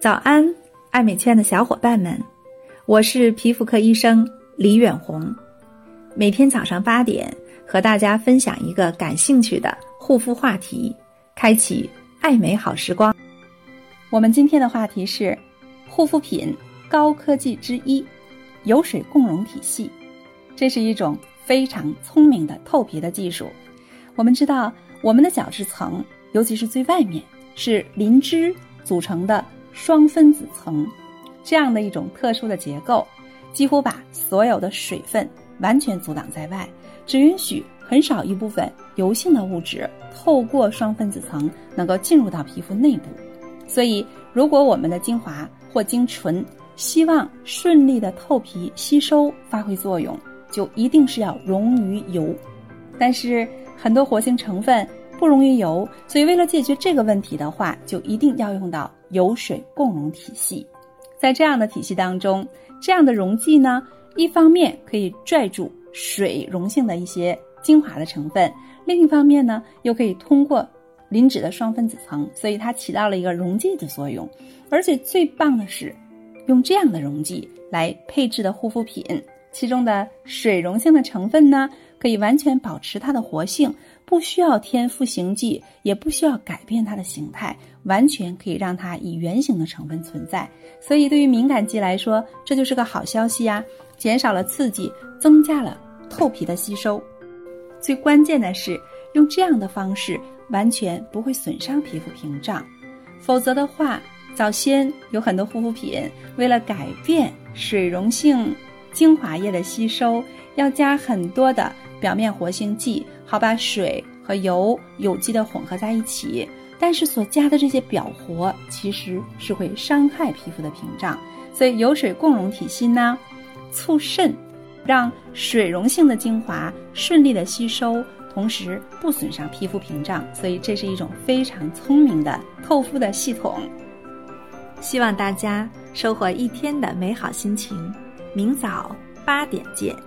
早安，爱美圈的小伙伴们，我是皮肤科医生李远红。每天早上8点和大家分享一个感兴趣的护肤话题，开启爱美好时光。我们今天的话题是护肤品高科技之一——油水共溶体系。这是一种非常聪明的透皮的技术。我们知道，我们的角质层，尤其是最外面，是磷脂组成的双分子层，这样的一种特殊的结构，几乎把所有的水分完全阻挡在外，只允许很少一部分油性的物质透过双分子层能够进入到皮肤内部。所以如果我们的精华或精纯希望顺利的透皮吸收发挥作用，就一定是要溶于油。但是很多活性成分不溶于油，所以为了解决这个问题的话，就一定要用到油水共溶体系。在这样的体系当中，这样的溶剂呢，一方面可以拽住水溶性的一些精华的成分，另一方面呢，又可以通过磷脂的双分子层，所以它起到了一个溶剂的作用。而且最棒的是，用这样的溶剂来配制的护肤品，其中的水溶性的成分呢，可以完全保持它的活性，不需要添赋形剂，也不需要改变它的形态，完全可以让它以原形的成分存在。所以对于敏感肌来说，这就是个好消息啊，减少了刺激，增加了透皮的吸收。最关键的是，用这样的方式完全不会损伤皮肤屏障。否则的话，早先有很多护肤品为了改变水溶性精华液的吸收，要加很多的表面活性剂，好把水和油有机的混合在一起，但是所加的这些表活其实是会伤害皮肤的屏障。所以油水共溶体系呢，促渗让水溶性的精华顺利的吸收，同时不损伤皮肤屏障，所以这是一种非常聪明的透肤的系统。希望大家收获一天的美好心情，明早8点见。